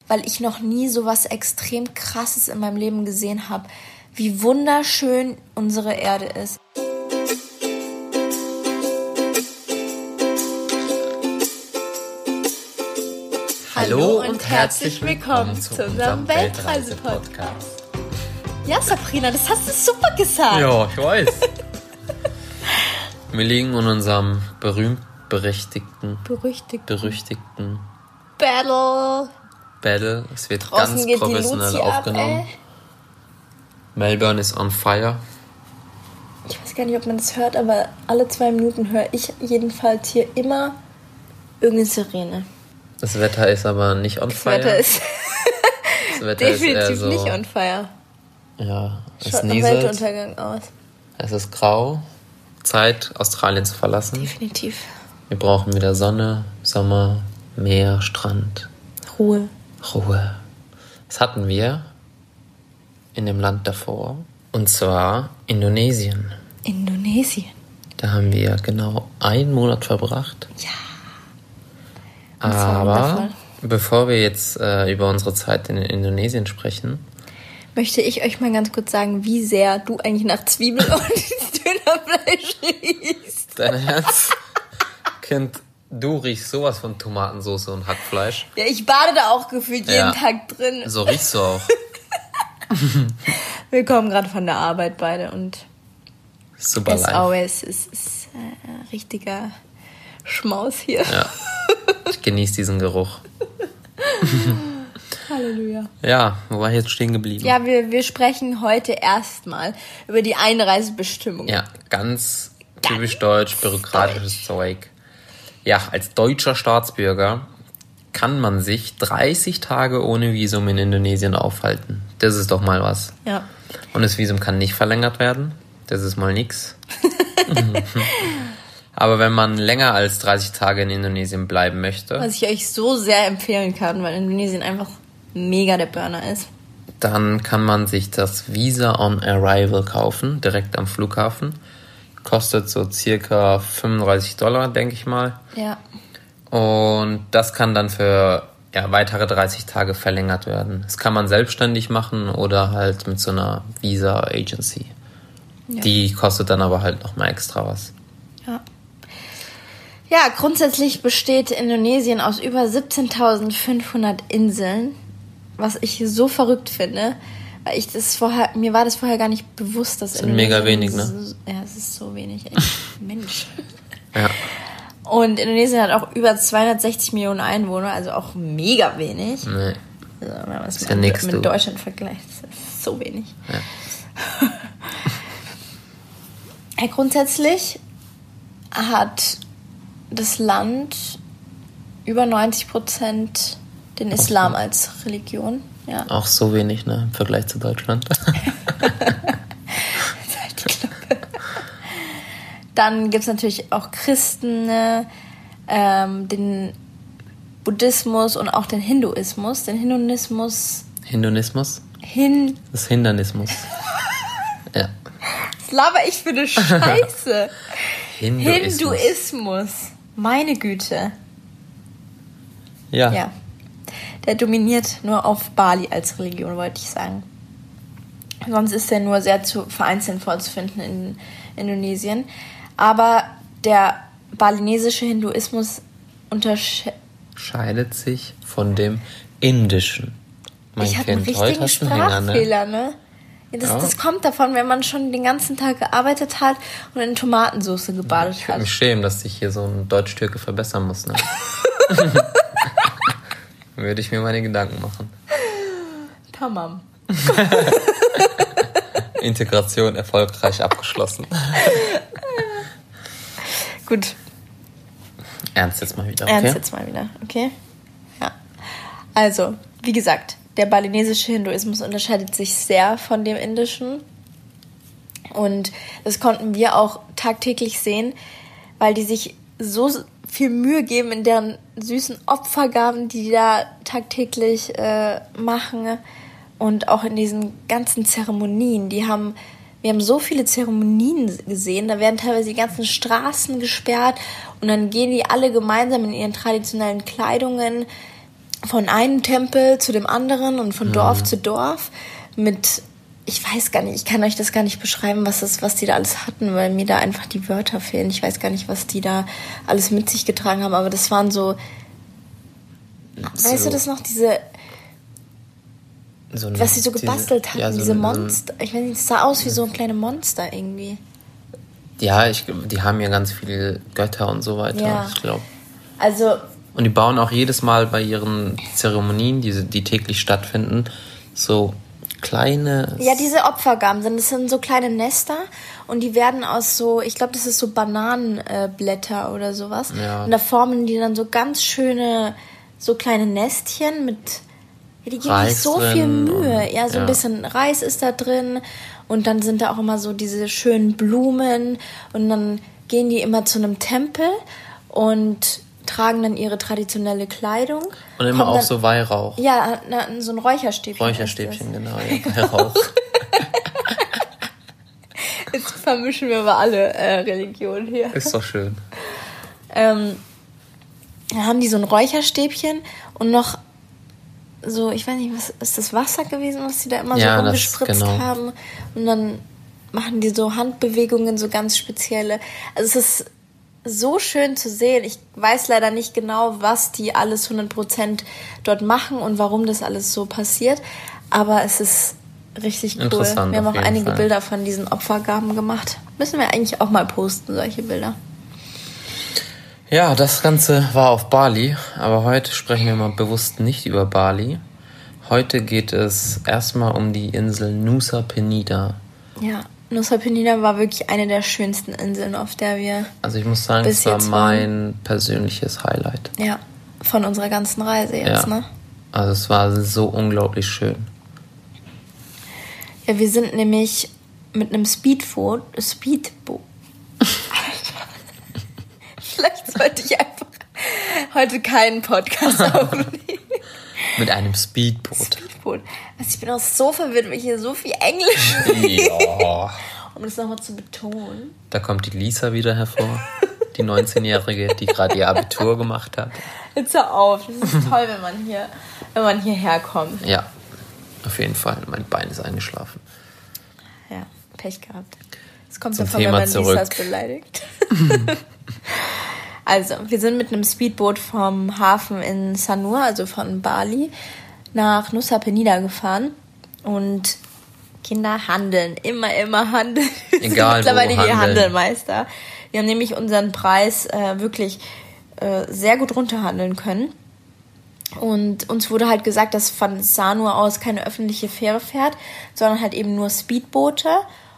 weil ich noch nie so was extrem Krasses in meinem Leben gesehen habe, wie wunderschön unsere Erde ist. Hallo und herzlich willkommen zu unserem Weltreise-Podcast. Ja, Sabrina, das hast du super gesagt. Ja, ich weiß. Wir liegen in unserem berüchtigten Battle. Es wird Draußen ganz professionell aufgenommen. Melbourne ist on fire. Ich weiß gar nicht, ob man das hört, aber alle 2 Minuten höre ich jedenfalls hier immer irgendeine Sirene. Das Wetter ist aber nicht on fire. Das Wetter definitiv ist nicht on fire. Ja, es nieselt. Weltuntergang aus. Es ist grau. Zeit, Australien zu verlassen. Definitiv. Wir brauchen wieder Sonne, Sommer, Meer, Strand. Ruhe. Das hatten wir in dem Land davor. Und zwar Indonesien. Da haben wir genau 1 Monat verbracht. Ja. Aber bevor wir jetzt über unsere Zeit in Indonesien sprechen, möchte ich euch mal ganz kurz sagen, wie sehr du eigentlich nach Zwiebeln und Dönerfleisch riechst. Dein Ernst? Kind, du riechst sowas von Tomatensauce und Hackfleisch. Ja, ich bade da auch gefühlt jeden Tag drin. So riechst du auch. Wir kommen gerade von der Arbeit beide und super as always ist richtiger Schmaus hier. Ja, ich genieße diesen Geruch. Halleluja. Ja, wo war ich jetzt stehen geblieben? Ja, wir sprechen heute erstmal über die Einreisebestimmungen. Ja, ganz typisch deutsch, bürokratisches Zeug. Ja, als deutscher Staatsbürger kann man sich 30 Tage ohne Visum in Indonesien aufhalten. Das ist doch mal was. Ja. Und das Visum kann nicht verlängert werden. Das ist mal nix. Aber wenn man länger als 30 Tage in Indonesien bleiben möchte, was ich euch so sehr empfehlen kann, weil Indonesien einfach mega der Burner ist, dann kann man sich das Visa on Arrival kaufen, direkt am Flughafen. Kostet so circa $35, denke ich mal. Ja. Und das kann dann für weitere 30 Tage verlängert werden. Das kann man selbstständig machen oder halt mit so einer Visa Agency. Ja. Die kostet dann aber halt nochmal extra was. Ja. Ja, grundsätzlich besteht Indonesien aus über 17.500 Inseln, was ich so verrückt finde, weil mir war das vorher gar nicht bewusst, dass Indonesien... Das ist mega wenig, ne? Ja, es ist so wenig, echt. Mensch. Ja. Und Indonesien hat auch über 260 Millionen Einwohner, also auch mega wenig. Nee. Also, wenn man es mit Deutschland vergleicht, ist das so wenig. Ja. Ja, grundsätzlich hat das Land über 90% den Islam als Religion. Ja. Auch so wenig, ne, im Vergleich zu Deutschland. Dann gibt es natürlich auch Christen, den Buddhismus und auch den Hinduismus. Den Hinduismus? Das Hindernismus. Ja. Was laber ich für eine Scheiße? Hinduismus. Meine Güte. Ja. Der dominiert nur auf Bali als Religion, wollte ich sagen. Sonst ist er nur sehr vereinzelt vorzufinden in Indonesien. Aber der balinesische Hinduismus unterscheidet sich von dem indischen. Ich habe einen richtigen Sprachfehler, ne? Das kommt davon, wenn man schon den ganzen Tag gearbeitet hat und in Tomatensauce gebadet hat. Ich würde mich schämen, dass ich hier so ein Deutsch-Türke verbessern muss, ne? Dann würde ich mir meine Gedanken machen. Tamam. Integration erfolgreich abgeschlossen. Gut. Ernst jetzt mal wieder, okay? Ja. Also, wie gesagt, der balinesische Hinduismus unterscheidet sich sehr von dem indischen. Und das konnten wir auch tagtäglich sehen, weil die sich so viel Mühe geben in deren süßen Opfergaben, die da tagtäglich machen. Und auch in diesen ganzen Zeremonien. Wir haben so viele Zeremonien gesehen. Da werden teilweise die ganzen Straßen gesperrt. Und dann gehen die alle gemeinsam in ihren traditionellen Kleidungen von einem Tempel zu dem anderen und von Dorf zu Dorf mit, ich weiß gar nicht, ich kann euch das gar nicht beschreiben, was die da alles hatten, weil mir da einfach die Wörter fehlen. Ich weiß gar nicht, was die da alles mit sich getragen haben, aber das waren so, weißt du das noch, was sie so gebastelt hatten, diese Monster. Ich weiß nicht, es sah aus wie so ein kleine Monster irgendwie. Ja, die haben ja ganz viele Götter und so weiter, ich glaube. Also... Und die bauen auch jedes Mal bei ihren Zeremonien, die täglich stattfinden, so kleine... Ja, diese Opfergaben das sind so kleine Nester und die werden aus so, ich glaube, das ist so Bananenblätter oder sowas. Ja. Und da formen die dann so ganz schöne, so kleine Nestchen mit... Ja, die geben sich so viel Mühe. Ja, so ein bisschen Reis ist da drin und dann sind da auch immer so diese schönen Blumen und dann gehen die immer zu einem Tempel und tragen dann ihre traditionelle Kleidung. Und immer auch so Weihrauch. Ja, so ein Räucherstäbchen. Räucherstäbchen, genau, ja, Weihrauch. Jetzt vermischen wir aber alle Religionen hier. Ist doch schön. Dann haben die so ein Räucherstäbchen und noch so, ich weiß nicht, was ist das Wasser gewesen, was die da immer so rumgespritzt haben. Und dann machen die so Handbewegungen, so ganz spezielle. Also es ist so schön zu sehen. Ich weiß leider nicht genau, was die alles 100% dort machen und warum das alles so passiert. Aber es ist richtig cool. Interessant, wir haben auch einige Bilder von diesen Opfergaben gemacht. Müssen wir eigentlich auch mal posten, solche Bilder. Ja, das Ganze war auf Bali, aber heute sprechen wir mal bewusst nicht über Bali. Heute geht es erstmal um die Insel Nusa Penida. Ja, Nusa Penida war wirklich eine der schönsten Inseln, auf der wir... Also ich muss sagen, es war mein persönliches Highlight. Ja, von unserer ganzen Reise jetzt, ne? Also es war so unglaublich schön. Ja, wir sind nämlich mit einem Speedboot. Vielleicht sollte ich einfach heute keinen Podcast aufnehmen. Mit einem Speedboot. Also ich bin auch so verwirrt, weil ich hier so viel Englisch rede. Ja. Um das nochmal zu betonen. Da kommt die Lisa wieder hervor. Die 19-Jährige, die gerade ihr Abitur gemacht hat. Jetzt hör auf. Das ist toll, wenn man hierher kommt. Ja, auf jeden Fall. Mein Bein ist eingeschlafen. Ja, Pech gehabt. Es kommt zum davon, Thema wenn man zurück. Lisas beleidigt. Also, wir sind mit einem Speedboot vom Hafen in Sanur, also von Bali, nach Nusa Penida gefahren. Und Kinder handeln, immer handeln. Egal, mittlerweile wo die handeln. Handelmeister. Wir haben nämlich unseren Preis wirklich sehr gut runterhandeln können. Und uns wurde halt gesagt, dass von Sanur aus keine öffentliche Fähre fährt, sondern halt eben nur Speedboote.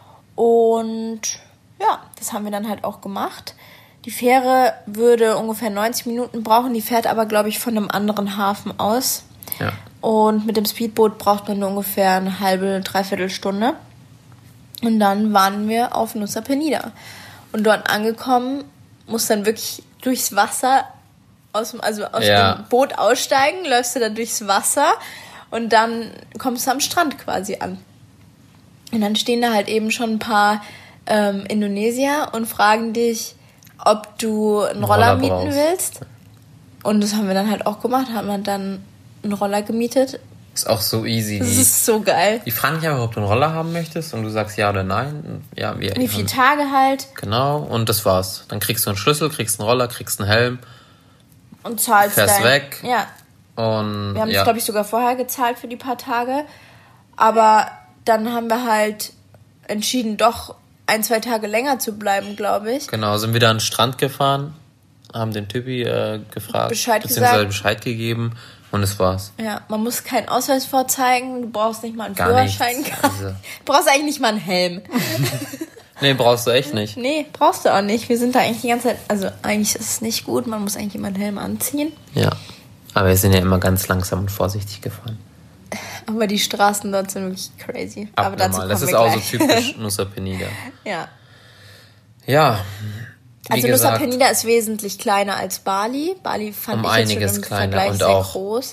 Und ja, das haben wir dann halt auch gemacht. Die Fähre würde ungefähr 90 Minuten brauchen, die fährt aber, glaube ich, von einem anderen Hafen aus. Ja. Und mit dem Speedboot braucht man nur ungefähr eine halbe, dreiviertel Stunde. Und dann waren wir auf Nusa Penida. Und dort angekommen, muss dann wirklich durchs Wasser, aus dem Boot aussteigen, läufst du dann durchs Wasser und dann kommst du am Strand quasi an. Und dann stehen da halt eben schon ein paar Indonesier und fragen dich, ob du einen Roller mieten willst. Und das haben wir dann halt auch gemacht, haben wir dann einen Roller gemietet. Ist auch so easy. Das ist so geil. Die fragen dich einfach, ob du einen Roller haben möchtest und du sagst ja oder nein. Ja, wie viele Tage halt. Genau, und das war's. Dann kriegst du einen Schlüssel, kriegst einen Roller, kriegst einen Helm. Und zahlst fährst weg. Ja. Und wir haben es, glaube ich, sogar vorher gezahlt für die paar Tage. Aber dann haben wir halt entschieden, doch 1-2 Tage länger zu bleiben, glaube ich. Genau, sind wieder an den Strand gefahren, haben den Typi gefragt, beziehungsweise Bescheid gegeben und das war's. Ja, man muss keinen Ausweis vorzeigen, du brauchst nicht mal einen Führerschein. Also. Du brauchst eigentlich nicht mal einen Helm. Nee, brauchst du echt nicht. Nee, brauchst du auch nicht. Wir sind da eigentlich die ganze Zeit, also eigentlich ist es nicht gut, man muss eigentlich immer einen Helm anziehen. Ja, aber wir sind ja immer ganz langsam und vorsichtig gefahren. Aber die Straßen dort sind wirklich crazy. Aber dazu kommen das ist wir auch gleich. so typisch Nusa Penida. Ja. Ja. Also Nusa Penida ist wesentlich kleiner als Bali. Bali fand ich jetzt schon im Vergleich sehr groß.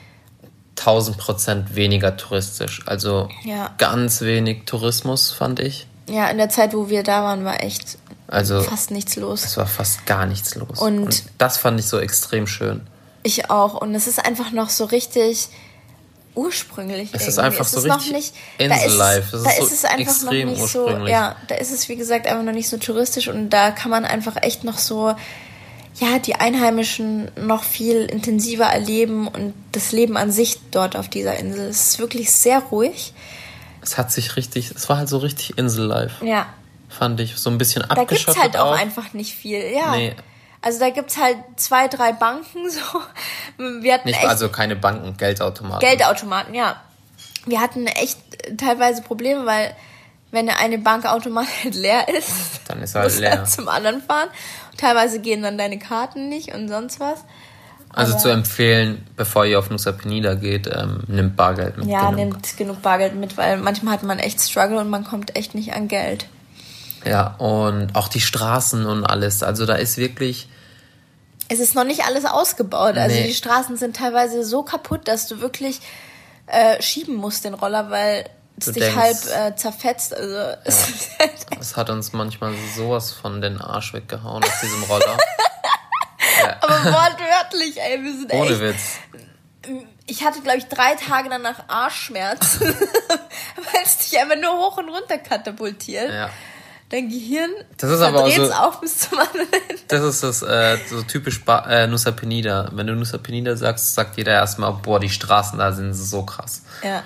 1000% weniger touristisch. Also ganz wenig Tourismus, fand ich. Ja, in der Zeit, wo wir da waren, war echt fast nichts los. Es war fast gar nichts los. Und das fand ich so extrem schön. Ich auch. Und es ist einfach noch so richtig ursprünglich. Es ist einfach so richtig Insel-Life. Da ist es einfach noch nicht so, ja, da ist es, wie gesagt, einfach noch nicht so touristisch und da kann man einfach echt noch so, ja, die Einheimischen noch viel intensiver erleben und das Leben an sich dort auf dieser Insel. Es ist wirklich sehr ruhig. Es war halt so richtig Insel-Life. Ja. Fand ich so ein bisschen abgeschottet. Da gibt's halt auch einfach nicht viel, ja. Nee. Also da gibt's halt 2, 3 Banken so. Wir hatten also keine Banken, Geldautomaten. Geldautomaten, ja. Wir hatten echt teilweise Probleme, weil wenn eine Bankautomat halt leer ist, dann ist er halt leer. Halt zum anderen fahren. Und teilweise gehen dann deine Karten nicht und sonst was. Also zu empfehlen, bevor ihr auf Nusa Penida geht, nimmt Bargeld mit. Ja, nimmt genug Bargeld mit, weil manchmal hat man echt Struggle und man kommt echt nicht an Geld. Ja, und auch die Straßen und alles. Also da ist wirklich... Es ist noch nicht alles ausgebaut. Also die Straßen sind teilweise so kaputt, dass du wirklich schieben musst den Roller, weil es dich halb zerfetzt. Also es hat uns manchmal sowas von den Arsch weggehauen auf diesem Roller. Ja. Aber wortwörtlich, ey, wir sind ohne echt... Witz. Ich hatte, glaube ich, 3 Tage danach Arschschmerzen, weil es dich einfach nur hoch und runter katapultiert. Ja. Dein Gehirn verdreht es auch bis zum anderen Ende. Das ist das so typisch Nusa Penida. Wenn du Nusa Penida sagst, sagt jeder erstmal, boah, die Straßen da sind so krass. Ja.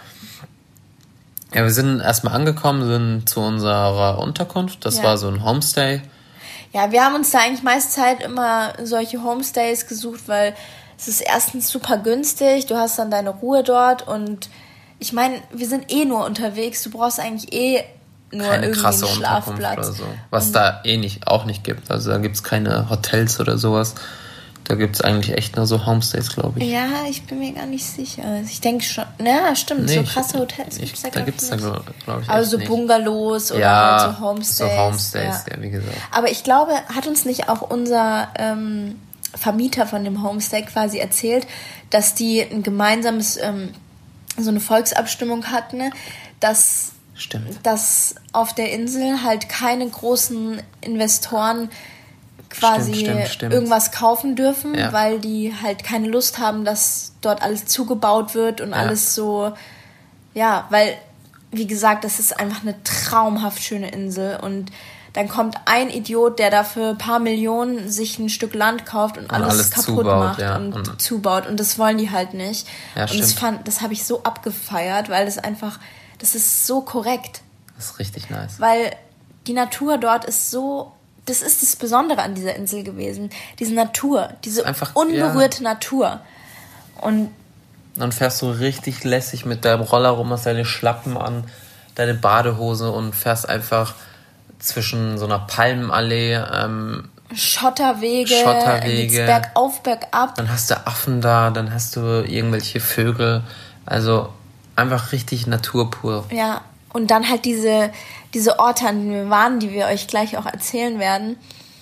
Ja, wir sind erstmal angekommen, sind zu unserer Unterkunft. Das war so ein Homestay. Ja, wir haben uns da eigentlich meist Zeit immer solche Homestays gesucht, weil es ist erstens super günstig, du hast dann deine Ruhe dort und ich meine, wir sind nur unterwegs, du brauchst eigentlich nur keine irgendwie krasse einen Schlafplatz. Oder so. Was da auch nicht gibt. Also da gibt's keine Hotels oder sowas. Da gibt's eigentlich echt nur so Homestays, glaube ich. Ja, ich bin mir gar nicht sicher. Ich denke schon, ja, stimmt, so krasse Hotels gibt's da, glaube ich, also so Bungalows oder halt so Homestays. So Homestays, ja, wie gesagt. Aber ich glaube, hat uns nicht auch unser Vermieter von dem Homestay quasi erzählt, dass die ein gemeinsames, so eine Volksabstimmung hatten, dass auf der Insel halt keine großen Investoren quasi irgendwas kaufen dürfen, weil die halt keine Lust haben, dass dort alles zugebaut wird und alles so, ja, weil, wie gesagt, das ist einfach eine traumhaft schöne Insel und dann kommt ein Idiot, der dafür ein paar Millionen sich ein Stück Land kauft und alles kaputt macht und zubaut und das wollen die halt nicht. Ja, und das habe ich so abgefeiert, weil das ist so korrekt. Das ist richtig nice. Weil die Natur dort ist so, das ist das Besondere an dieser Insel gewesen. Diese Natur, diese unberührte Natur. Und dann fährst du richtig lässig mit deinem Roller rum, hast deine Schlappen an, deine Badehose und fährst einfach zwischen so einer Palmenallee, Schotterwege, bergauf, bergab. Dann hast du Affen da, dann hast du irgendwelche Vögel. Also einfach richtig Natur pur. Ja, und dann halt diese Orte, an denen wir waren, die wir euch gleich auch erzählen werden,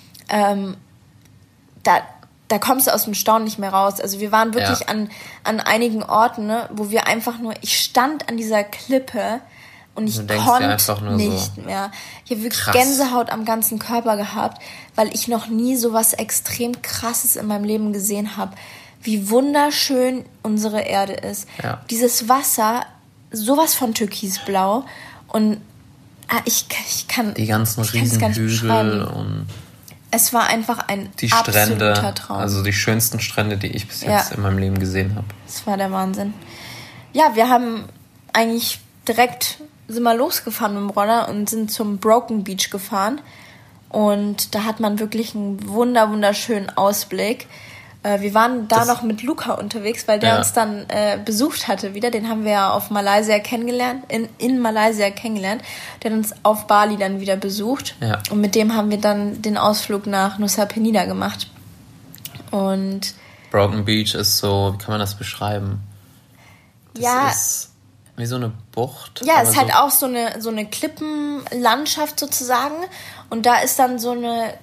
da kommst du aus dem Staunen nicht mehr raus. Also wir waren wirklich an einigen Orten, ne, wo wir einfach nur, ich stand an dieser Klippe und ich konnte nicht mehr. Ich habe wirklich Gänsehaut am ganzen Körper gehabt, weil ich noch nie sowas extrem Krasses in meinem Leben gesehen habe. Wie wunderschön unsere Erde ist. Ja. Dieses Wasser, sowas von türkisblau und ich kann die ganzen Riesenhügel und es war einfach ein absoluter Strände, Traum. Also die schönsten Strände, die ich bis jetzt in meinem Leben gesehen habe. Das war der Wahnsinn. Ja, wir haben eigentlich sind wir losgefahren mit dem Roller und sind zum Broken Beach gefahren und da hat man wirklich einen wunderschönen Ausblick. Wir waren da noch mit Luca unterwegs, weil der uns dann besucht hatte wieder. Den haben wir ja auf Malaysia kennengelernt, in Malaysia kennengelernt. Der hat uns auf Bali dann wieder besucht. Ja. Und mit dem haben wir dann den Ausflug nach Nusa Penida gemacht. Und Broken Beach ist so, wie kann man das beschreiben? Das ist wie so eine Bucht. Ja, es ist halt auch so eine Klippenlandschaft sozusagen. Und da ist dann so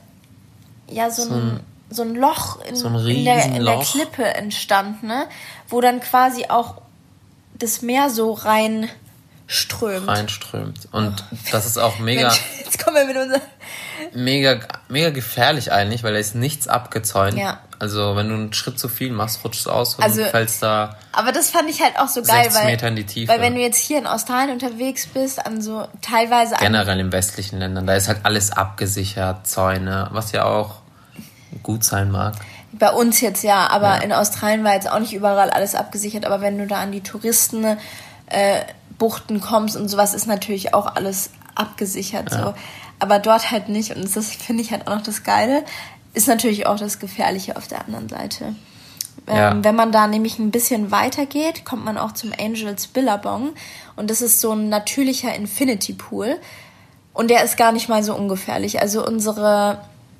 ein Loch in der Klippe entstanden, ne? Wo dann quasi auch das Meer so reinströmt. Und das ist auch mega... Mensch, jetzt kommen wir mit unserer... Mega gefährlich eigentlich, weil da ist nichts abgezäunt. Ja. Also wenn du einen Schritt zu viel machst, rutschst du aus und fällst da. Aber das fand ich halt auch so geil, 60 Meter in die Tiefe. Weil wenn du jetzt hier in Australien unterwegs bist, an so teilweise... Generell in westlichen Ländern, da ist halt alles abgesichert, Zäune, was ja auch gut sein mag. Bei uns jetzt ja, aber in Australien war jetzt auch nicht überall alles abgesichert. Aber wenn du da an die Touristenbuchten kommst und sowas, ist natürlich auch alles abgesichert. Ja. So. Aber dort halt nicht. Und das finde ich halt auch noch das Geile. Ist natürlich auch das Gefährliche auf der anderen Seite. Wenn man da nämlich ein bisschen weiter geht, kommt man auch zum Angels Billabong. Und das ist so ein natürlicher Infinity Pool. Und der ist gar nicht mal so ungefährlich. Also unsere...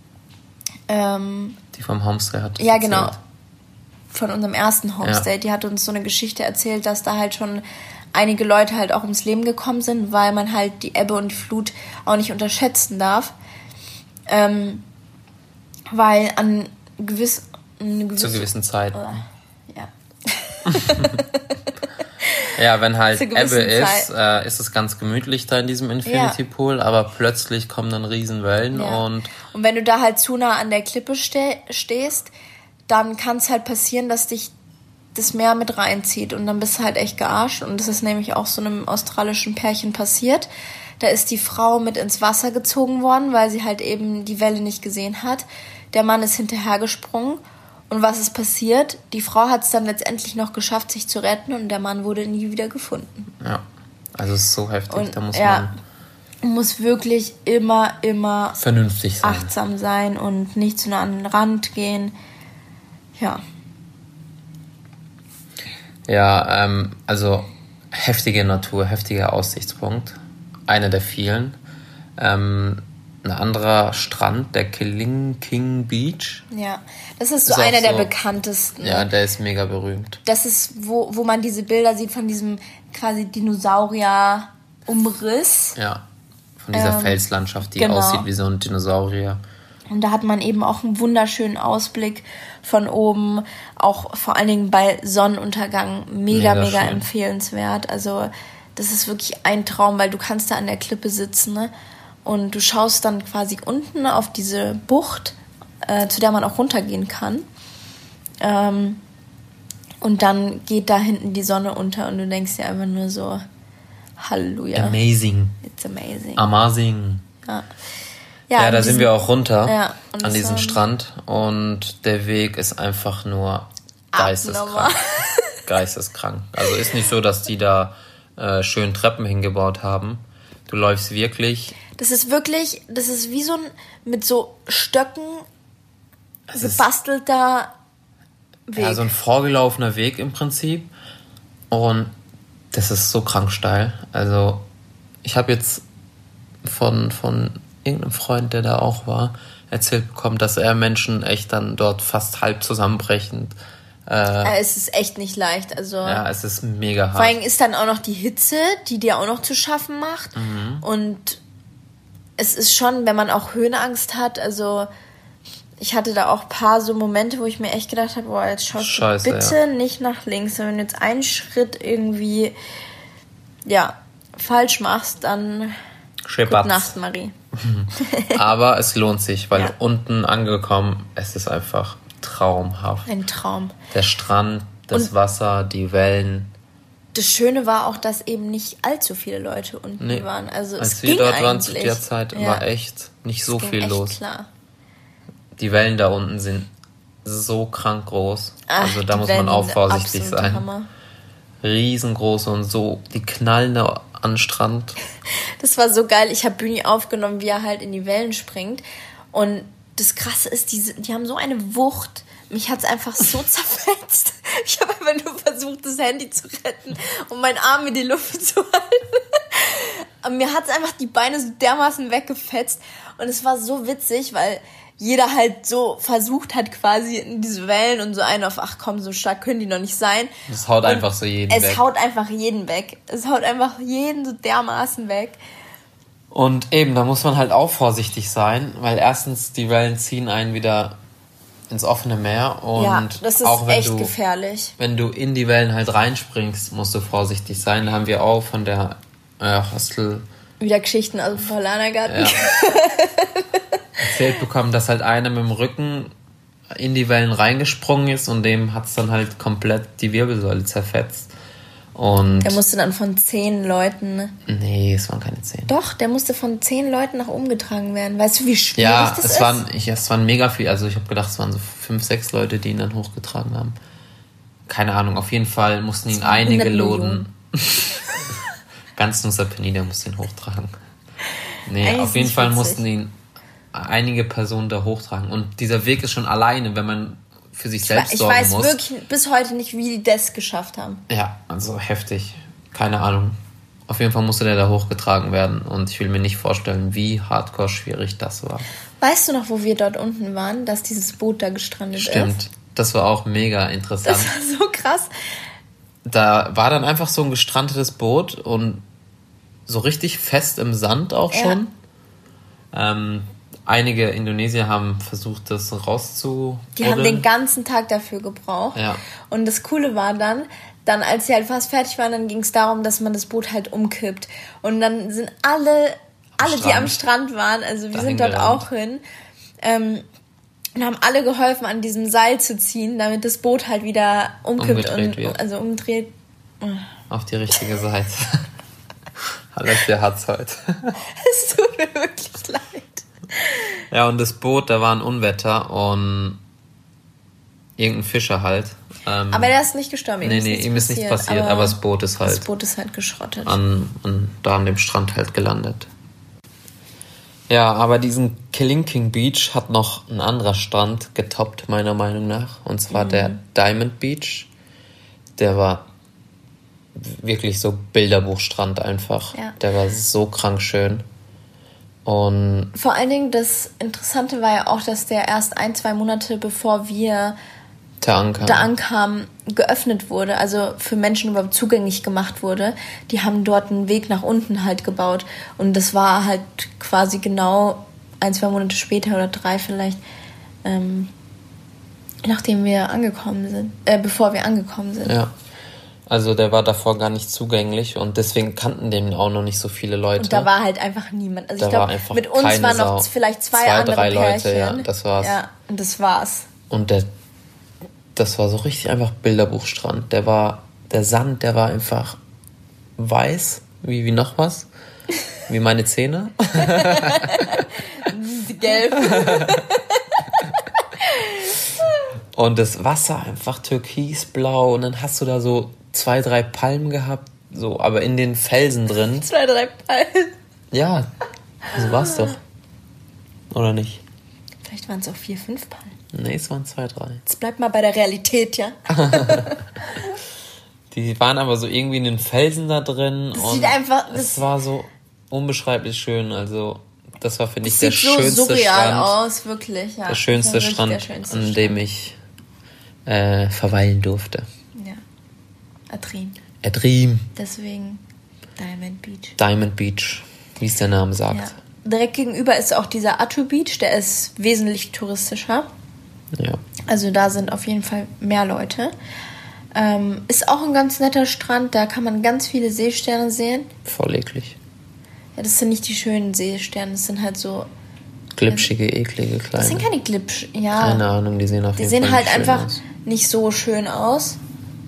die vom Homestay hat ja, erzählt. Genau. Von unserem ersten Homestay. Die hat uns so eine Geschichte erzählt, dass da halt schon einige Leute halt auch ums Leben gekommen sind, weil man halt die Ebbe und die Flut auch nicht unterschätzen darf. Weil an zu gewissen Zeiten. Ja. Ja, wenn halt Ebbe ist, ist es ganz gemütlich da in diesem Infinity Pool, aber plötzlich kommen dann Riesenwellen und wenn du da halt zu nah an der Klippe stehst, dann kann es halt passieren, dass dich das Meer mit reinzieht und dann bist du halt echt gearscht. Und das ist nämlich auch so einem australischen Pärchen passiert. Da ist die Frau mit ins Wasser gezogen worden, weil sie halt eben die Welle nicht gesehen hat. Der Mann ist hinterhergesprungen. Und was ist passiert? Die Frau hat es dann letztendlich noch geschafft, sich zu retten und der Mann wurde nie wieder gefunden. Ja, also es ist so heftig. Und da muss man muss wirklich immer vernünftig sein. Achtsam sein und nicht zu nah an den Rand gehen. Ja. Ja, also heftige Natur, heftiger Aussichtspunkt. Einer der vielen. Ein anderer Strand, der Killing King Beach. Ja, das ist so einer der bekanntesten. Ja, der ist mega berühmt. Das ist, wo man diese Bilder sieht von diesem quasi Dinosaurier-Umriss. Ja, von dieser Felslandschaft, die aussieht wie so ein Dinosaurier. Und da hat man eben auch einen wunderschönen Ausblick von oben, auch vor allen Dingen bei Sonnenuntergang mega empfehlenswert. Also das ist wirklich ein Traum, weil du kannst da an der Klippe sitzen, ne? Und du schaust dann quasi unten auf diese Bucht, zu der man auch runtergehen kann. Und dann geht da hinten die Sonne unter und du denkst dir einfach nur so, Halleluja. Amazing. It's amazing. Amazing. Ja, da sind wir auch runter an diesen Strand und der Weg ist einfach nur geisteskrank. Geisteskrank. Also ist nicht so, dass die da schön Treppen hingebaut haben. Du läufst wirklich... Das ist wie so ein mit so Stöcken gebastelter Weg. Ja, so ein vorgelaufener Weg im Prinzip. Und das ist so krank steil. Also ich habe jetzt von irgendeinem Freund, der da auch war, erzählt bekommen, dass er Menschen echt dann dort fast halb zusammenbrechend... es ist echt nicht leicht. Also ja, es ist mega hart. Vor allem ist dann auch noch die Hitze, die dir auch noch zu schaffen macht. Mhm. Und es ist schon, wenn man auch Höhenangst hat, also ich hatte da auch ein paar so Momente, wo ich mir echt gedacht habe, boah, jetzt schaust du bitte nicht nach links. Wenn du jetzt einen Schritt irgendwie falsch machst, dann gute Nacht, Marie. Aber es lohnt sich, weil unten angekommen, es ist einfach traumhaft. Ein Traum. Der Strand, das Wasser, die Wellen. Das Schöne war auch, dass eben nicht allzu viele Leute unten waren. Also als wir dort waren zu der Zeit, war echt nicht so viel los. Klar. Die Wellen da unten sind so krank groß. Also da muss man auch vorsichtig sein. Hammer. Riesengroß und so, die knallen da an den Strand. Das war so geil. Ich habe Bühni aufgenommen, wie er halt in die Wellen springt. Und das Krasse ist, die haben so eine Wucht. Mich hat's einfach so zerfetzt. Ich habe einfach nur versucht, das Handy zu retten und meinen Arm in die Luft zu halten. Und mir hat's einfach die Beine so dermaßen weggefetzt. Und es war so witzig, weil jeder halt so versucht hat, quasi in diese Wellen und so einen auf, ach komm, so stark können die noch nicht sein. Es haut einfach so jeden weg. Es haut einfach jeden weg. Es haut einfach jeden so dermaßen weg. Und eben, da muss man halt auch vorsichtig sein, weil erstens die Wellen ziehen einen wieder ins offene Meer und das ist auch wenn echt gefährlich. Wenn du in die Wellen halt reinspringst, musst du vorsichtig sein. Da haben wir auch von der Hostel wieder Geschichten aus dem Paulanergarten erzählt bekommen, dass halt einer mit dem Rücken in die Wellen reingesprungen ist und dem hat es dann halt komplett die Wirbelsäule zerfetzt. Und der musste dann von 10 Leuten... Nee, es waren keine 10. Doch, der musste von 10 Leuten nach oben getragen werden. Weißt du, wie schwierig das ist? Es waren mega viel. Also ich habe gedacht, es waren so 5, 6 Leute, die ihn dann hochgetragen haben. Keine Ahnung, auf jeden Fall mussten ihn einige loden. Ganz Nusa Penida musste ihn hochtragen. Nee, eigentlich auf jeden Fall mussten ihn einige Personen da hochtragen. Und dieser Weg ist schon alleine, wenn man für sich selbst sorgen muss. Ich weiß wirklich bis heute nicht, wie die das geschafft haben. Ja, also heftig. Keine Ahnung. Auf jeden Fall musste der da hochgetragen werden. Und ich will mir nicht vorstellen, wie hardcore schwierig das war. Weißt du noch, wo wir dort unten waren, dass dieses Boot da gestrandet ist? Stimmt. Das war auch mega interessant. Das war so krass. Da war dann einfach so ein gestrandetes Boot und so richtig fest im Sand auch schon. Einige Indonesier haben versucht, das rauszubuddeln. Die haben den ganzen Tag dafür gebraucht. Ja. Und das Coole war dann als sie halt fast fertig waren, dann ging es darum, dass man das Boot halt umkippt. Und dann sind alle die am Strand waren, also wir sind dort auch hin, und haben alle geholfen, an diesem Seil zu ziehen, damit das Boot halt wieder umkippt und umdreht. Auf die richtige Seite. Alessia hat's heute. Es tut mir wirklich leid. Ja, und das Boot, da war ein Unwetter und irgendein Fischer halt. Aber der ist nicht gestorben. Ihm ist nichts passiert, aber das Boot ist halt... Das Boot ist halt geschrottet. Da an dem Strand halt gelandet. Ja, aber diesen Kelingking Beach hat noch ein anderer Strand getoppt, meiner Meinung nach. Und zwar der Diamond Beach. Der war wirklich so Bilderbuchstrand einfach. Ja. Der war so krank schön. Und vor allen Dingen, das Interessante war ja auch, dass der erst 1-2 Monate bevor wir da ankamen, geöffnet wurde, also für Menschen überhaupt zugänglich gemacht wurde. Die haben dort einen Weg nach unten halt gebaut. Und das war halt quasi genau 1-2 Monate später oder 3 vielleicht, nachdem wir angekommen sind, bevor wir angekommen sind. Ja. Also der war davor gar nicht zugänglich und deswegen kannten den auch noch nicht so viele Leute. Und da war halt einfach niemand. Also ich glaube, mit uns waren noch vielleicht 2 andere 3 Pärchen. Leute, ja, das war's. Ja, und das war's. Und das war so richtig einfach Bilderbuchstrand. Der Sand, der war einfach weiß, wie noch was. Wie meine Zähne. Gelb. Und das Wasser einfach türkisblau und dann hast du da so 2, 3 Palmen gehabt, so, aber in den Felsen drin. 2, 3 Palmen? Ja, so war's doch. Oder nicht? Vielleicht waren es auch 4, 5 Palmen. Nee, es waren 2, 3. Jetzt bleibt mal bei der Realität, ja? Die waren aber so irgendwie in den Felsen da drin. Das sieht einfach... Es war so unbeschreiblich schön, also... Das war, finde ich, der schönste Strand. Sieht so surreal aus, wirklich. Ja, der schönste Strand, an dem ich verweilen durfte. Ja. Adrim. Deswegen Diamond Beach. Diamond Beach, wie es der Name sagt. Ja. Direkt gegenüber ist auch dieser Atu Beach, der ist wesentlich touristischer. Ja. Also da sind auf jeden Fall mehr Leute. Ist auch ein ganz netter Strand, da kann man ganz viele Seesterne sehen. Voll eklig. Ja, das sind nicht die schönen Seesterne, das sind halt so... Glitschige, eklige, kleine. Das sind keine ja. Keine Ahnung, die sehen auf jeden Fall Die sehen halt einfach nicht so schön aus.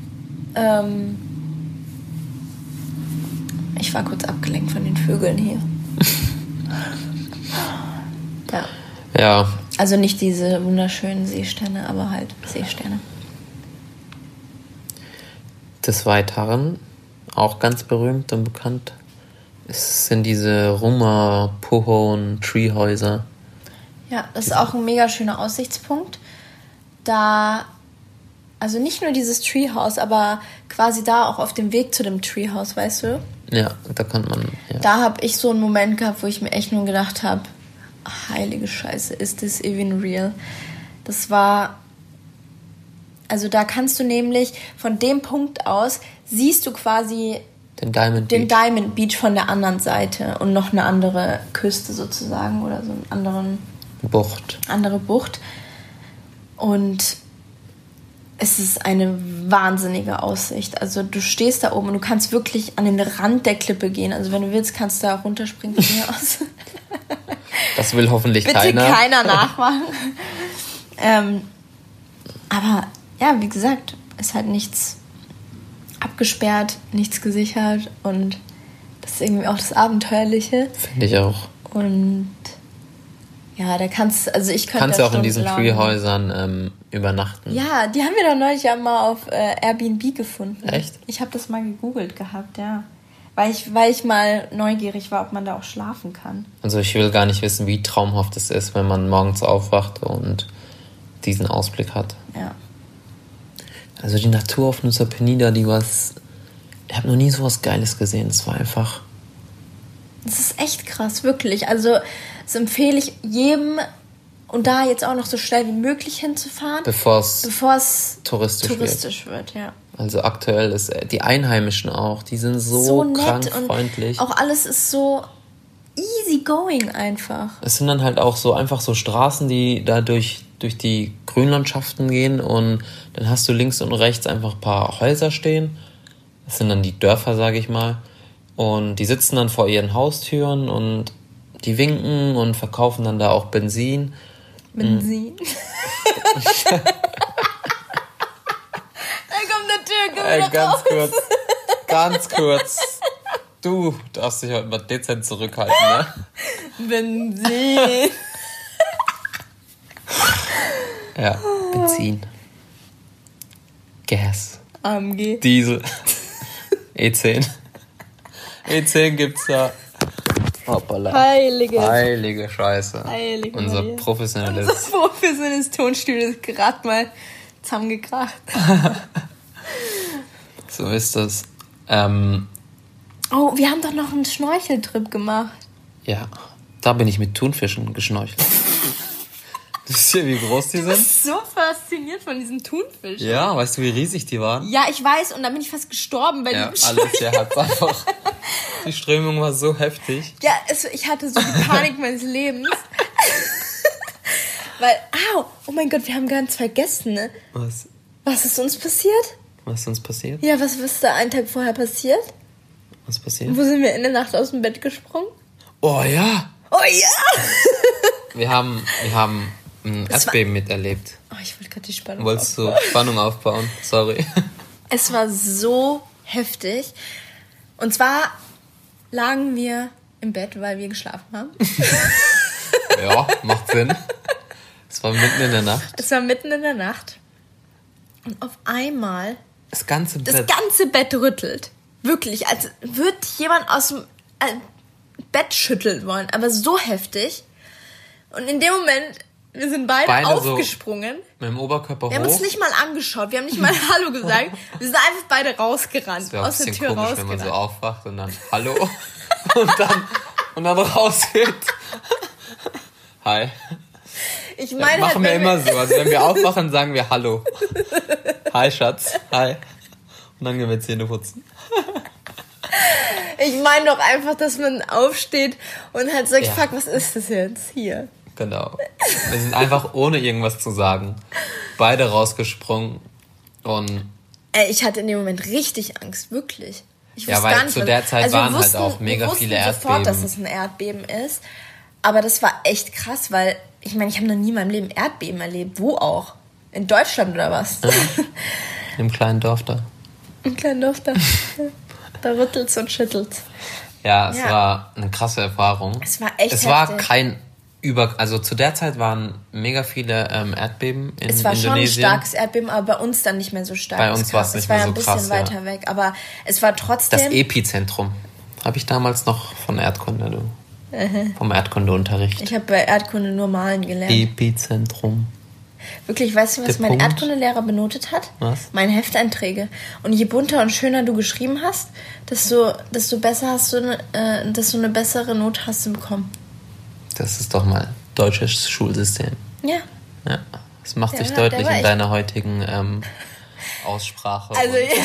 Ich war kurz abgelenkt von den Vögeln hier. Ja. Ja. Also nicht diese wunderschönen Seesterne, aber halt Seesterne. Des Weiteren, auch ganz berühmt und bekannt, es sind diese Rumah Pohon Treehäuser. Ja, das ist auch ein mega schöner Aussichtspunkt. Da, also nicht nur dieses Treehouse, aber quasi da auch auf dem Weg zu dem Treehouse, weißt du? Ja, da kann man... Ja. Da habe ich so einen Moment gehabt, wo ich mir echt nur gedacht habe, heilige Scheiße, ist das even real? Das war... Also da kannst du nämlich von dem Punkt aus, siehst du quasi... Den Diamond Beach von der anderen Seite und noch eine andere Küste sozusagen oder so eine andere Bucht. Und es ist eine wahnsinnige Aussicht. Also du stehst da oben und du kannst wirklich an den Rand der Klippe gehen. Also wenn du willst, kannst du da runterspringen von mir aus. Das will hoffentlich Bitte keiner nachmachen. Aber ja, wie gesagt, ist halt nichts abgesperrt, nichts gesichert und das ist irgendwie auch das Abenteuerliche. Finde ich auch. Und ja, da kannst du auch in diesen Freehäusern übernachten. Ja, die haben wir doch neulich ja mal auf Airbnb gefunden. Echt? Ich habe das mal gegoogelt gehabt, ja. Weil ich mal neugierig war, ob man da auch schlafen kann. Also ich will gar nicht wissen, wie traumhaft es ist, wenn man morgens aufwacht und diesen Ausblick hat. Ja. Also die Natur auf Nusa Penida, ich habe noch nie so was Geiles gesehen. Es war einfach... Das ist echt krass, wirklich. Also das empfehle ich jedem und da jetzt auch noch so schnell wie möglich hinzufahren. Bevor es touristisch wird, ja. Also aktuell ist die Einheimischen auch, die sind so krank freundlich. Auch alles ist so easy going einfach. Es sind dann halt auch so einfach so Straßen, die da durch die Grünlandschaften gehen und dann hast du links und rechts einfach ein paar Häuser stehen. Das sind dann die Dörfer, sage ich mal. Und die sitzen dann vor ihren Haustüren und die winken und verkaufen dann da auch Benzin. Benzin? Da kommt der Türke wieder ganz kurz. Du darfst dich heute mal dezent zurückhalten, ne? Benzin. Ja, Benzin. Gas. AMG. Diesel. E10. E10 gibt's da. Hoppala. Heilige Scheiße. Unser professionelles Tonstudio ist gerade mal zusammengekracht. So ist das. Oh, wir haben doch noch einen Schnorcheltrip gemacht. Ja, da bin ich mit Thunfischen geschnorchelt. Du siehst ja, wie groß die sind. Ich bin so fasziniert von diesen Thunfischen. Ja, weißt du, wie riesig die waren? Ja, ich weiß, und dann bin ich fast gestorben bei ja, dem Alicia hat einfach... Die Strömung war so heftig. Ja, ich hatte so die Panik meines Lebens. Weil, oh mein Gott, wir haben ganz vergessen, ne? Was? Was ist uns passiert? Was ist uns passiert? Ja, was ist da einen Tag vorher passiert? Was passiert? Wo sind wir in der Nacht aus dem Bett gesprungen? Oh ja! Oh ja! Wir haben ein Erdbeben miterlebt. Oh, ich wollte gerade die Spannung Wolltest du Spannung aufbauen? Sorry. Es war so heftig. Und zwar lagen wir im Bett, weil wir geschlafen haben. Ja, macht Sinn. Es war mitten in der Nacht. Und auf einmal... Das ganze Bett rüttelt. Wirklich, als würde jemand aus dem Bett schütteln wollen. Aber so heftig. Und in dem Moment, wir sind beide aufgesprungen. So mit dem Oberkörper hoch. Wir haben uns nicht mal angeschaut. Wir haben nicht mal Hallo gesagt. Wir sind einfach beide rausgerannt. Aus der Tür rausgerannt. Wenn man so aufwacht und dann Hallo. und dann rausgeht. Hi. Ich meine, machen wir immer so. Also wenn wir aufwachen, sagen wir Hallo. Hi, Schatz. Hi. Und dann gehen wir Zähne putzen. Ich meine doch einfach, dass man aufsteht und halt sagt, fuck, was ist das jetzt hier? Genau. Wir sind einfach ohne irgendwas zu sagen beide rausgesprungen und... Ich hatte in dem Moment richtig Angst, wirklich. Ich wusste gar nicht, zu der Zeit waren halt auch mega viele Erdbeben. Ich wusste sofort, dass es ein Erdbeben ist, aber das war echt krass, weil ich meine, ich habe noch nie in meinem Leben Erdbeben erlebt. Wo auch? In Deutschland oder was? Ja. Im kleinen Dorf da. Im kleinen Dorf da. Da rüttelt's und schüttelt's. Ja, es war eine krasse Erfahrung. Es war echt heftig. War kein also zu der Zeit waren mega viele Erdbeben in Indonesien. Es war schon ein starkes Erdbeben, aber bei uns dann nicht mehr so stark. Bei uns war es nicht mehr so krass. Es war ja ein bisschen weiter weg, aber es war trotzdem... Das Epizentrum habe ich damals noch von Erdkunde, vom Erdkundeunterricht. Ich habe bei Erdkunde nur malen gelernt. Epizentrum. Wirklich, weißt du, was mein Erdkundelehrer benotet hat? Was? Meine Hefteinträge. Und je bunter und schöner du geschrieben hast, desto besser hast du desto eine bessere Note hast du bekommen. Das ist doch mal deutsches Schulsystem. Ja. Ja. Das macht sich deutlich in deiner heutigen Aussprache. Also jetzt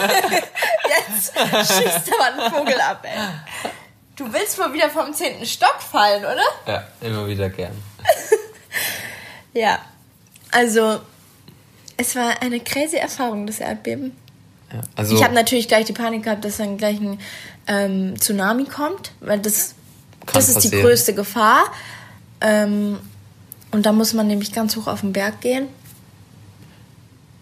schießt aber ein Vogel ab, ey. Du willst mal wieder vom 10. Stock fallen, oder? Ja, immer wieder gern. Ja. Also, es war eine crazy Erfahrung, das Erdbeben. Ja, also ich habe natürlich gleich die Panik gehabt, dass dann gleich ein Tsunami kommt, weil das ist die größte Gefahr. Und da muss man nämlich ganz hoch auf den Berg gehen.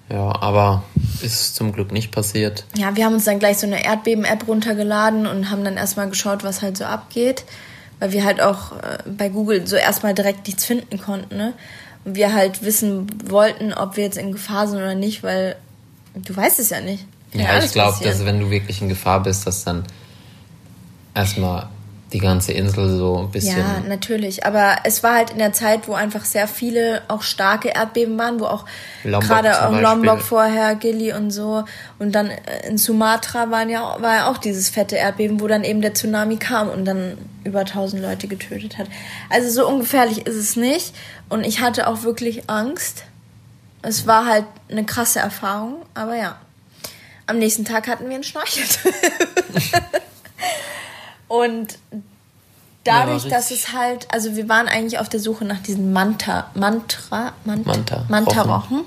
Ja, aber ist zum Glück nicht passiert. Ja, wir haben uns dann gleich so eine Erdbeben-App runtergeladen und haben dann erstmal geschaut, was halt so abgeht. Weil wir halt auch bei Google so erstmal direkt nichts finden konnten, ne? Und wir halt wissen wollten, ob wir jetzt in Gefahr sind oder nicht, weil du weißt es ja nicht. Ja, ich glaube, dass wenn du wirklich in Gefahr bist, dass dann erstmal die ganze Insel so ein bisschen... Ja, natürlich. Aber es war halt in der Zeit, wo einfach sehr viele auch starke Erdbeben waren, wo auch gerade auch Lombok vorher, Gili und so. Und dann in Sumatra war ja auch dieses fette Erdbeben, wo dann eben der Tsunami kam und dann über 1000 Leute getötet hat. Also so ungefährlich ist es nicht. Und ich hatte auch wirklich Angst. Es war halt eine krasse Erfahrung, aber ja. Am nächsten Tag hatten wir einen Schnorchel. Und dadurch, dass es halt, also wir waren eigentlich auf der Suche nach diesen Manta-Rochen.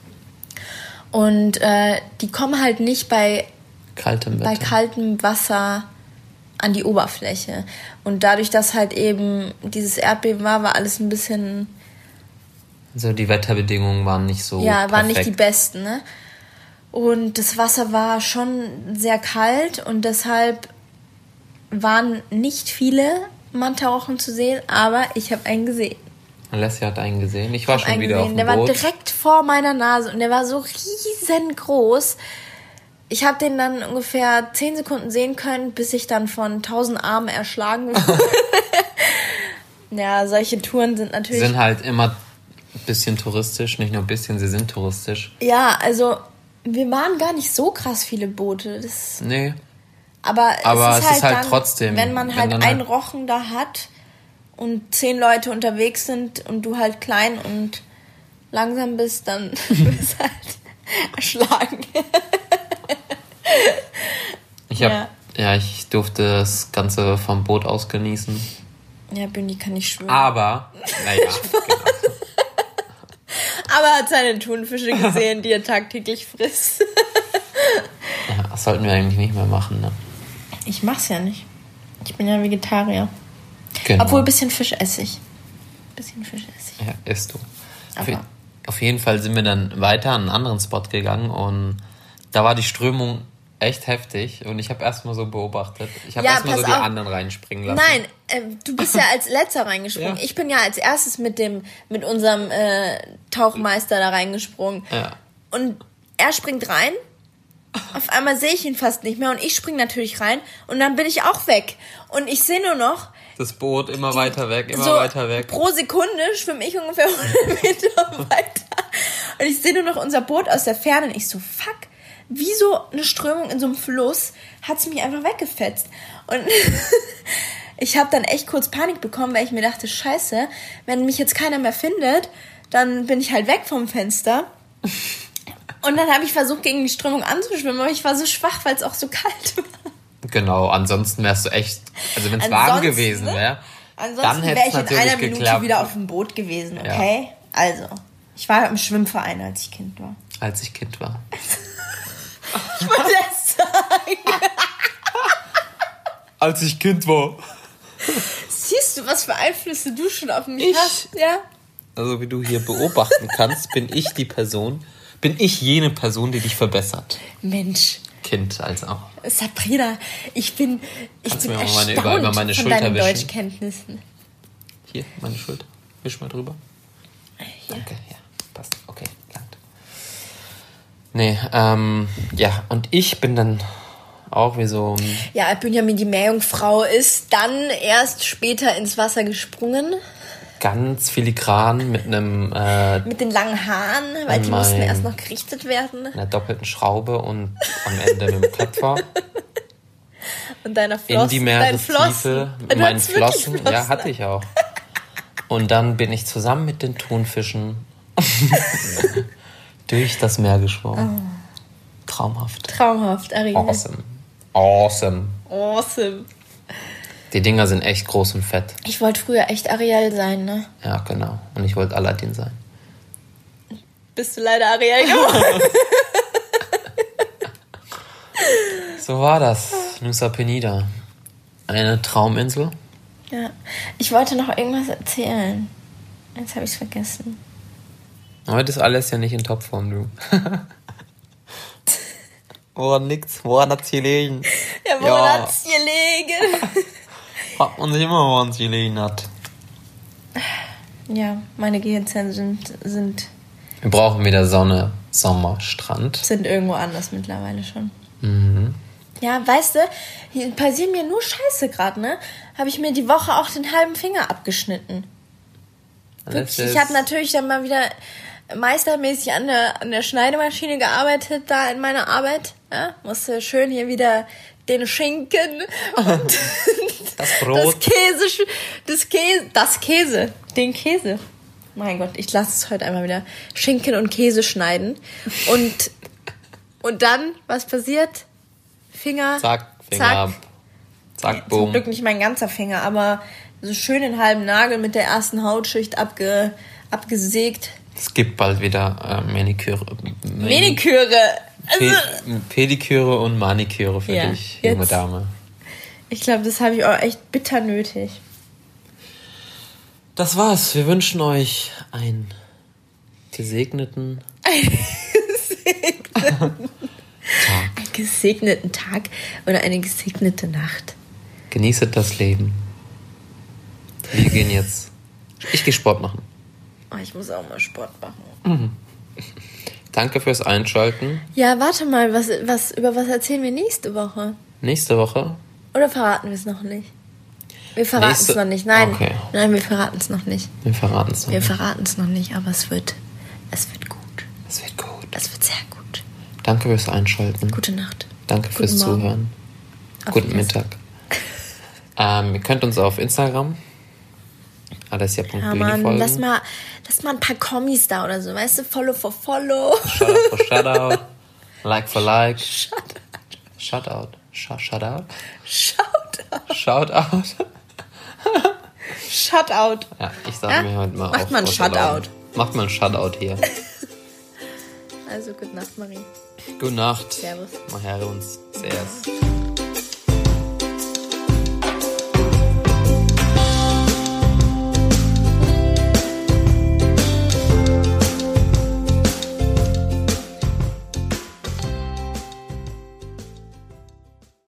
Und die kommen halt nicht bei kaltem Wasser an die Oberfläche. Und dadurch, dass halt eben dieses Erdbeben war alles ein bisschen... Also die Wetterbedingungen waren nicht so perfekt. Waren nicht die besten, ne? Und das Wasser war schon sehr kalt und deshalb waren nicht viele Manta-Rochen zu sehen, aber ich habe einen gesehen. Alessia hat einen gesehen. Ich war schon wieder auf dem Boot. Der war direkt vor meiner Nase und der war so riesengroß. Ich habe den dann ungefähr 10 Sekunden sehen können, bis ich dann von 1000 Armen erschlagen wurde. Ja, solche Touren sind natürlich... Sind halt immer ein bisschen touristisch, nicht nur ein bisschen, sie sind touristisch. Ja, also wir waren gar nicht so krass viele Boote. Nee. Aber es ist halt dann, trotzdem, wenn man halt einen Rochen da hat und 10 Leute unterwegs sind und du halt klein und langsam bist, dann bist du halt erschlagen. Ich durfte das Ganze vom Boot aus genießen. Ja, Bündi kann nicht schwimmen. Aber, naja, genau. Aber er hat seine Thunfische gesehen, die er tagtäglich frisst. Ja, das sollten wir eigentlich nicht mehr machen, ne? Ich mach's ja nicht. Ich bin ja Vegetarier. Genau. Obwohl, ein bisschen Fisch esse ich. Ja, isst du. Auf jeden Fall sind wir dann weiter an einen anderen Spot gegangen und da war die Strömung echt heftig und ich habe erstmal so beobachtet. Ich habe erstmal so die anderen reinspringen lassen. Nein, du bist ja als letzter reingesprungen. Ja. Ich bin ja als erstes mit unserem Tauchmeister da reingesprungen. Ja. Und er springt rein. Auf einmal sehe ich ihn fast nicht mehr und ich springe natürlich rein und dann bin ich auch weg. Und ich sehe nur noch... Das Boot immer weiter weg, weiter weg. Pro Sekunde schwimme ich ungefähr 100 Meter weiter. Und ich sehe nur noch unser Boot aus der Ferne und ich so, fuck, wie so eine Strömung in so einem Fluss hat es mich einfach weggefetzt. Und ich habe dann echt kurz Panik bekommen, weil ich mir dachte, scheiße, wenn mich jetzt keiner mehr findet, dann bin ich halt weg vom Fenster. Und dann habe ich versucht, gegen die Strömung anzuschwimmen, aber ich war so schwach, weil es auch so kalt war. Genau, ansonsten wärst du echt, also wenn es warm gewesen wäre, dann hätte es natürlich geklappt. Ansonsten wäre ich in einer Minute wieder auf dem Boot gewesen, okay? Ja. Also, ich war im Schwimmverein, als ich Kind war. Ich wollte das sagen. Als ich Kind war. Siehst du, was für Einflüsse du schon auf mich hast? Ja. Also wie du hier beobachten kannst, bin ich jene Person, die dich verbessert. Mensch. Kind als auch. Sabrina, ich bin erstaunt über meine von Schulter deinen wischen? Deutschkenntnissen. Hier, meine Schulter. Wisch mal drüber. Ja. Danke, ja, passt. Okay, langt. Nee, ja, und ich bin dann auch wie so... Ja, Benjamin, die Meerjungfrau, ist dann erst später ins Wasser gesprungen. Ganz filigran mit einem... mit den langen Haaren, weil die mussten erst noch gerichtet werden. Einer doppelten Schraube und am Ende mit dem Klopfer. Und deiner Flossen. In die Meerestiefe mit meinen Flossen. Ja, hatte ich auch. Und dann bin ich zusammen mit den Thunfischen durch das Meer geschwommen. Oh. Traumhaft, Ariel. Awesome. Die Dinger sind echt groß und fett. Ich wollte früher echt Ariel sein, ne? Ja, genau. Und ich wollte Aladdin sein. Bist du leider Ariel geworden. So war das. Nusa Penida. Eine Trauminsel. Ja. Ich wollte noch irgendwas erzählen. Jetzt habe ich es vergessen. Heute ist alles ja nicht in Topform, du. Woran liegt's? Woran hat's gelegen? Ja, woran hat's gelegen? Fragt man sich immer, woran es gelegen hat. Ja, meine Gehirnzellen sind... Wir brauchen wieder Sonne, Sommer, Strand. Sind irgendwo anders mittlerweile schon. Mhm. Ja, weißt du, hier passiert mir nur Scheiße gerade, ne? Habe ich mir die Woche auch den halben Finger abgeschnitten. Wirklich, ich habe natürlich dann mal wieder meistermäßig an der Schneidemaschine gearbeitet, da in meiner Arbeit. Ja? Musste schön hier wieder den Schinken und das Brot. Den Käse. Mein Gott, ich lasse es heute einmal wieder. Schinken und Käse schneiden. Und dann, was passiert? Finger. Zack, Finger ab. Zack, boom. Zum Glück nicht mein ganzer Finger, aber so schön den halben Nagel mit der ersten Hautschicht abgesägt. Es gibt bald wieder Maniküre. Pediküre und Maniküre für dich, junge Dame. Ich glaube, das habe ich auch echt bitter nötig. Das war's. Wir wünschen euch einen gesegneten Tag oder eine gesegnete Nacht. Genießet das Leben. Wir gehen jetzt. Ich gehe Sport machen. Oh, ich muss auch mal Sport machen. Mhm. Danke fürs Einschalten. Ja, warte mal, über was erzählen wir nächste Woche? Nächste Woche? Oder verraten wir es noch nicht? Wir verraten es noch nicht. Nein, okay. Nein, wir verraten es noch nicht. Wir verraten es noch nicht, aber es wird gut. Es wird gut. Es wird sehr gut. Danke fürs Einschalten. Gute Nacht. Danke fürs Zuhören. Guten Mittag. Ihr könnt uns auf Instagram alessia.bühne folgen. Lass mal ein paar Kommis da oder so, weißt du? Follow for Follow. Shoutout for Shoutout. Like for Like. Shoutout. Shoutout. Shutout. Ja, ich sag mir heute mal Macht mal ein Shutout. Macht mal ein Shutout hier. Also, gute Nacht, Marie. Gute Nacht. Servus. Mal her uns. Servus.